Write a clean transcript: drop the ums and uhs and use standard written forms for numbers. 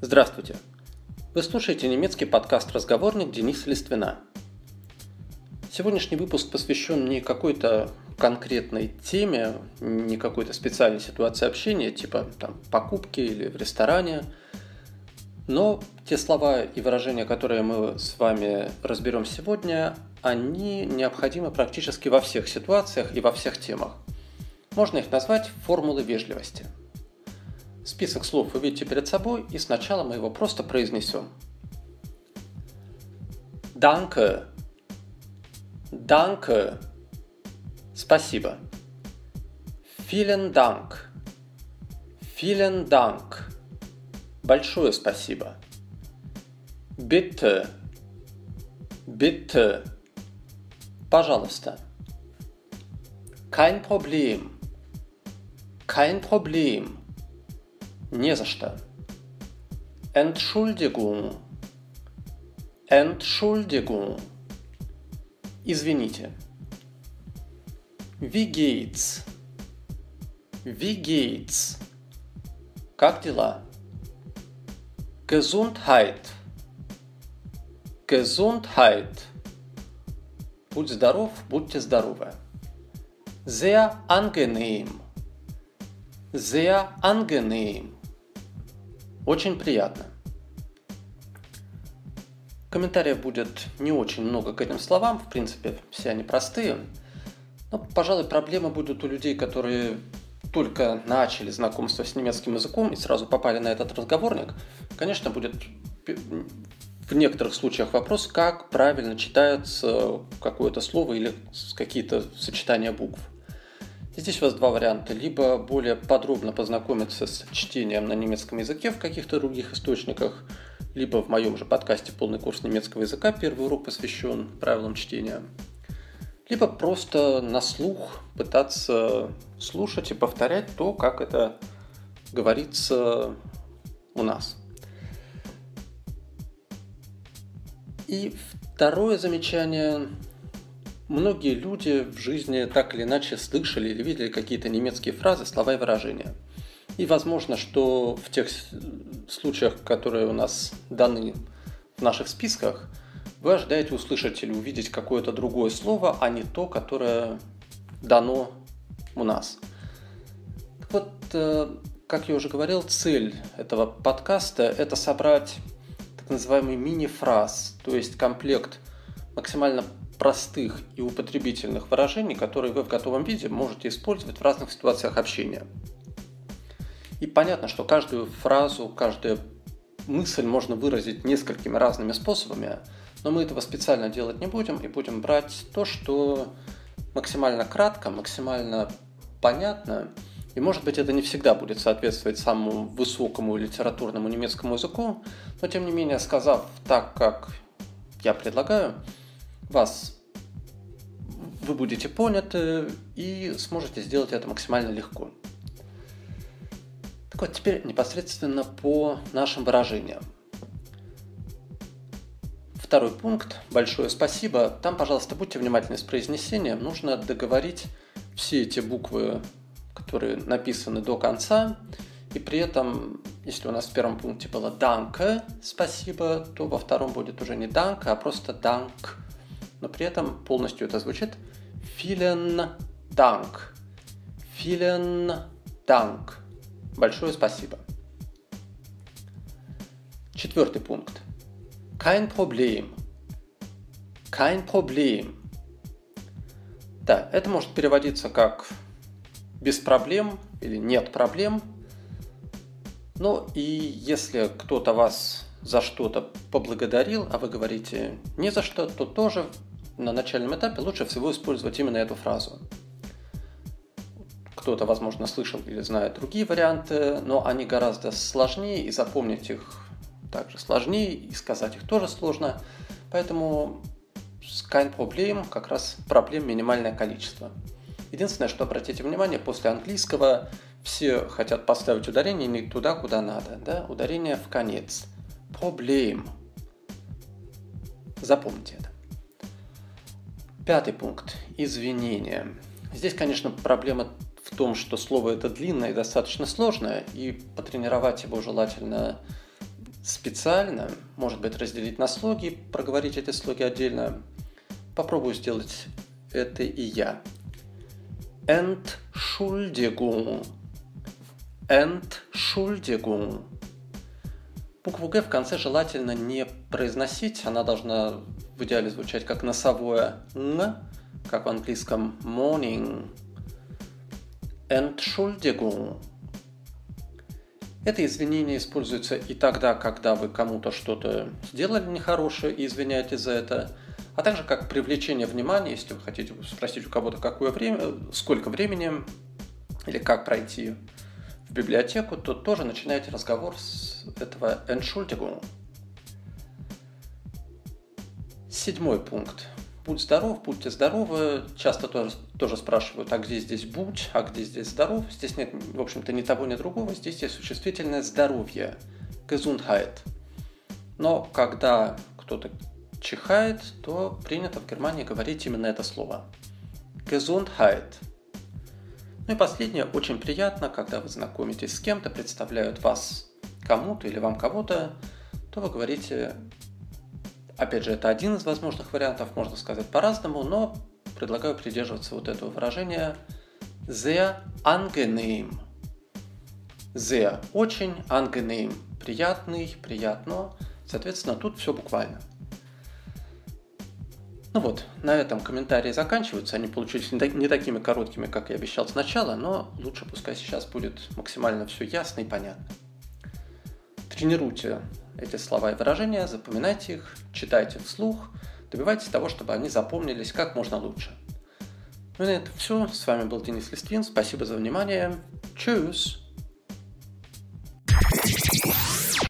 Здравствуйте! Вы слушаете немецкий подкаст «Разговорник» Дениса Листвина. Сегодняшний выпуск посвящен не какой-то конкретной теме, не какой-то специальной ситуации общения, типа покупки или в ресторане, но те слова и выражения, которые мы с вами разберем сегодня, они необходимы практически во всех ситуациях и во всех темах. Можно их назвать формулой вежливости. Список слов вы видите перед собой, и сначала мы его просто произнесем. Danke. Danke. Спасибо. Vielen Dank. Vielen Dank. Большое спасибо. Bitte. Bitte. Пожалуйста. Kein Problem. Kein Problem. Не за что. Entschuldigung. Entschuldigung. Извините. Wie geht's? Wie geht's? Как дела? Gesundheit. Gesundheit. Будь здоров, будьте здоровы. Sehr angenehm. Sehr angenehm. Очень приятно. Комментариев будет не очень много к этим словам, в принципе, все они простые. Но, пожалуй, проблемы будут у людей, которые только начали знакомство с немецким языком и сразу попали на этот разговорник. Конечно, будет в некоторых случаях вопрос, как правильно читается какое-то слово или какие-то сочетания букв. И здесь у вас два варианта. Либо более подробно познакомиться с чтением на немецком языке в каких-то других источниках, либо в моем же подкасте «Полный курс немецкого языка», первый урок посвящен правилам чтения, либо просто на слух пытаться слушать и повторять то, как это говорится у нас. И второе замечание. Многие люди в жизни так или иначе слышали или видели какие-то немецкие фразы, слова и выражения. И возможно, что в тех случаях, которые у нас даны в наших списках, вы ожидаете услышать или увидеть какое-то другое слово, а не то, которое дано у нас. Так вот, как я уже говорил, цель этого подкаста – это собрать так называемый мини-фраз, то есть комплект максимально простых и употребительных выражений, которые вы в готовом виде можете использовать в разных ситуациях общения. И понятно, что каждую фразу, каждую мысль можно выразить несколькими разными способами, но мы этого специально делать не будем и будем брать то, что максимально кратко, максимально понятно, и может быть это не всегда будет соответствовать самому высокому литературному немецкому языку, но тем не менее, сказав так, как я предлагаю, вы будете поняты и сможете сделать это максимально легко. Так вот, теперь непосредственно по нашим выражениям. Второй пункт. Большое спасибо. Там, пожалуйста, будьте внимательны с произнесением. Нужно договорить все эти буквы, которые написаны до конца. И при этом, если у нас в первом пункте было danke, спасибо, то во втором будет уже не danke, а просто dank. Но при этом полностью это звучит vielen Dank. Vielen Dank. Большое спасибо. Четвертый пункт. Kein Problem. Kein Problem. Да, это может переводиться как без проблем или нет проблем. Ну и если кто-то вас за что-то поблагодарил, а вы говорите не за что, то тоже на начальном этапе лучше всего использовать именно эту фразу. Кто-то, возможно, слышал или знает другие варианты, но они гораздо сложнее, и запомнить их также сложнее, и сказать их тоже сложно. Поэтому с kein Problem как раз проблем минимальное количество. Единственное, что обратите внимание, после английского все хотят поставить ударение не туда, куда надо. Да? Ударение в конец. Problem. Запомните это. Пятый пункт. Извинения. Здесь, конечно, проблема в том, что слово это длинное и достаточно сложное, и потренировать его желательно специально, может быть, разделить на слоги, проговорить эти слоги отдельно. Попробую сделать это и я. Entschuldigung. Entschuldigung. Букву «г» в конце желательно не произносить, она должна в идеале звучать как носовое «н», как в английском morning. Entschuldigung. Это извинение используется и тогда, когда вы кому-то что-то сделали нехорошее и извиняетесь за это, а также как привлечение внимания, если вы хотите спросить у кого-то, сколько времени или как пройти в библиотеку, то тоже начинаете разговор с этого Entschuldigung. 7 пункт. Будь здоров, будьте здоровы. Часто тоже спрашивают, а где здесь будь, а где здесь здоров. Здесь нет, в общем-то, ни того, ни другого. Здесь есть существительное здоровье, Gesundheit. Но когда кто-то чихает, то принято в Германии говорить именно это слово. Gesundheit. Ну и последнее, очень приятно, когда вы знакомитесь с кем-то, представляют вас кому-то или вам кого-то, то вы говорите, опять же, это один из возможных вариантов, можно сказать по-разному, но предлагаю придерживаться вот этого выражения sehr angenehm. Sehr, очень, angenehm, приятный, приятно, соответственно, тут все буквально. Ну вот, на этом комментарии заканчиваются, они получились не такими короткими, как я обещал сначала, но лучше пускай сейчас будет максимально все ясно и понятно. Тренируйте эти слова и выражения, запоминайте их, читайте вслух, добивайтесь того, чтобы они запомнились как можно лучше. Ну и на этом все, с вами был Денис Листвин, спасибо за внимание, tschüss!